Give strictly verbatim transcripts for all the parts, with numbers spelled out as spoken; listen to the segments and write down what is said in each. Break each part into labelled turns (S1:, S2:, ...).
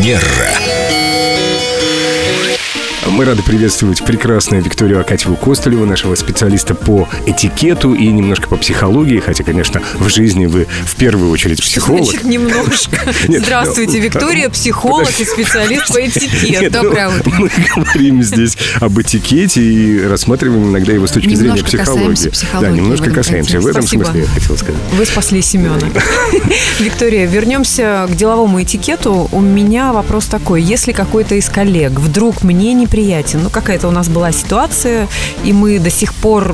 S1: Манера.
S2: Мы рады приветствовать прекрасную Викторию Акатьеву-Костылеву, нашего специалиста по этикету и немножко по психологии, хотя, конечно, в жизни вы в первую очередь психолог.
S3: Значит, немножко.
S2: Нет,
S3: Здравствуйте,
S2: ну,
S3: Виктория, психолог
S2: подожди,
S3: и специалист по этикету.
S2: Нет,
S3: Доброе
S2: ну,
S3: утро.
S2: Мы говорим здесь об этикете и рассматриваем иногда его с точки
S3: Немножко
S2: зрения психологии.
S3: касаемся психологии
S2: Да, немножко
S3: в этом
S2: касаемся. В этом
S3: Спасибо.
S2: смысле я хотел сказать.
S3: Вы спасли Семена. Виктория, вернемся к деловому этикету. У меня вопрос такой. Если какой-то из коллег вдруг мне неприятен, ну какая-то у нас была ситуация, и мы до сих пор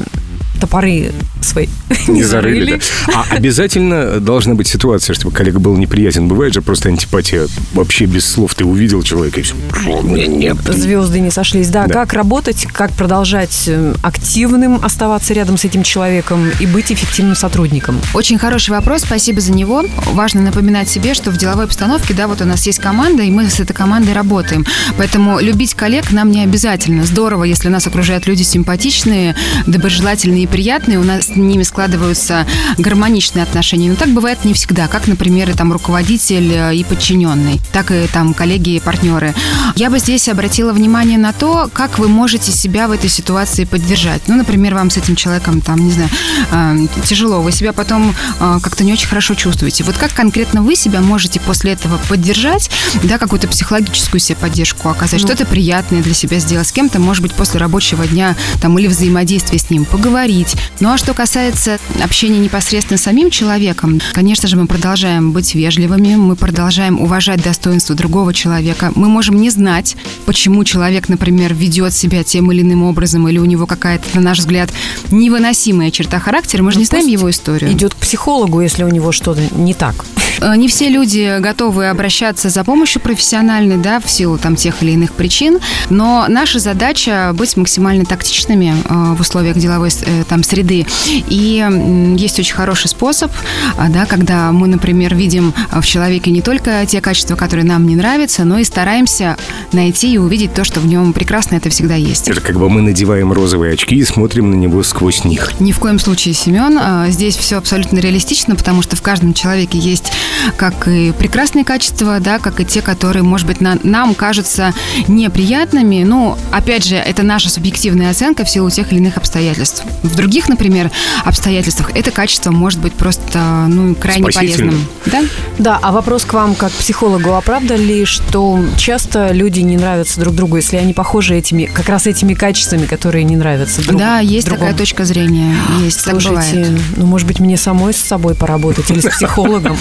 S3: топоры свои не,
S2: Не зарыли, да. А обязательно должна быть ситуация, чтобы коллега был неприятен. Бывает же просто антипатия. Вообще без слов ты увидел человека и все. Нет.
S3: Звезды не сошлись. Да,
S2: Да.
S3: как работать, как продолжать активным оставаться рядом с этим человеком и быть эффективным сотрудником?
S4: Очень хороший вопрос, спасибо за него. Важно напоминать себе, что в деловой обстановке, да, вот у нас есть команда, и мы с этой командой работаем. Поэтому любить коллег нам не обязательно. Здорово, если нас окружают люди симпатичные, доброжелательные и приятные, у нас с ними складываются гармоничные отношения. Но так бывает не всегда, как, например, и там руководитель и подчиненный, так и там коллеги и партнеры. Я бы здесь обратила внимание на то, как вы можете себя в этой ситуации поддержать. Ну, например, вам с этим человеком, там, не знаю, э, тяжело, вы себя потом э, как-то не очень хорошо чувствуете. Вот как конкретно вы себя можете после этого поддержать, да, какую-то психологическую себе поддержку оказать, ну, что-то приятное для себя сделать, с кем-то, может быть, после рабочего дня там, или взаимодействия с ним, поговорить. Ну, а что касается общения непосредственно с самим человеком, конечно же, мы продолжаем быть вежливыми, мы продолжаем уважать достоинство другого человека. Мы можем не знать, почему человек, например, ведет себя тем или иным образом, или у него какая-то, на наш взгляд, невыносимая черта характера. Мы же
S3: Ну,
S4: не знаем
S3: пусть
S4: его историю.
S3: Идет к психологу, если у него что-то не так.
S4: Не все люди готовы обращаться за помощью профессиональной, да, в силу там тех или иных причин, но наша задача быть максимально тактичными э, в условиях деловой э, там среды. И э, есть очень хороший способ, э, да, когда мы, например, видим в человеке не только те качества, которые нам не нравятся, но и стараемся найти и увидеть то, что в нем прекрасно, это всегда есть.
S2: Это как бы мы надеваем розовые очки и смотрим на него сквозь них.
S4: Ни в коем случае, Семен. Э, здесь все абсолютно реалистично, потому что в каждом человеке есть как и прекрасные качества, да, как и те, которые, может быть, на, нам кажутся неприятными. Но, опять же, это наша субъективная оценка в силу тех или иных обстоятельств. В других, например, обстоятельствах это качество может быть просто, ну, крайне полезным. Да?
S3: Да, а вопрос к вам как к психологу. А правда ли, что часто люди не нравятся друг другу, если они похожи этими, как раз этими качествами, которые не нравятся друг
S4: Да, есть
S3: другому?
S4: такая точка зрения. Есть, так
S3: Слушайте,
S4: бывает.
S3: ну, может быть, мне самой с собой поработать или с психологом?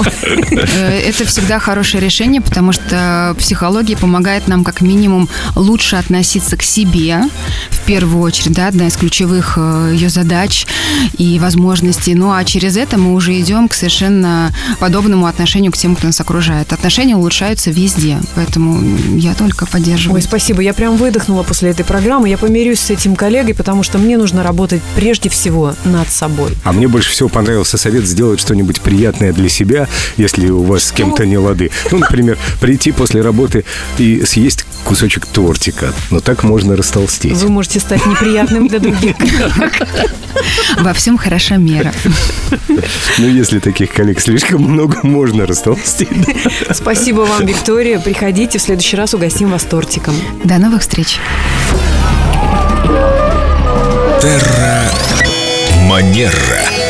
S4: Это всегда хорошее решение, потому что психология помогает нам как минимум лучше относиться к себе, в первую очередь, да, одна из ключевых ее задач и возможностей. Ну а через это мы уже идем к совершенно подобному отношению к тем, кто нас окружает. Отношения улучшаются везде, поэтому я только поддерживаю.
S3: Ой, спасибо. Я прям выдохнула после этой программы. Я помирюсь с этим коллегой, потому что мне нужно работать прежде всего над собой.
S2: А мне больше всего понравился совет сделать что-нибудь приятное для себя, если у вас с кем-то не лады. Ну, например, прийти после работы и съесть кусочек тортика. Но так можно растолстеть.
S3: Вы можете стать неприятным для других.
S4: Во всем хороша мера.
S2: Ну, если таких коллег слишком много, можно растолстеть.
S3: Спасибо вам, Виктория. Приходите, в следующий раз угостим вас тортиком.
S4: До новых встреч.
S1: Терра Манера.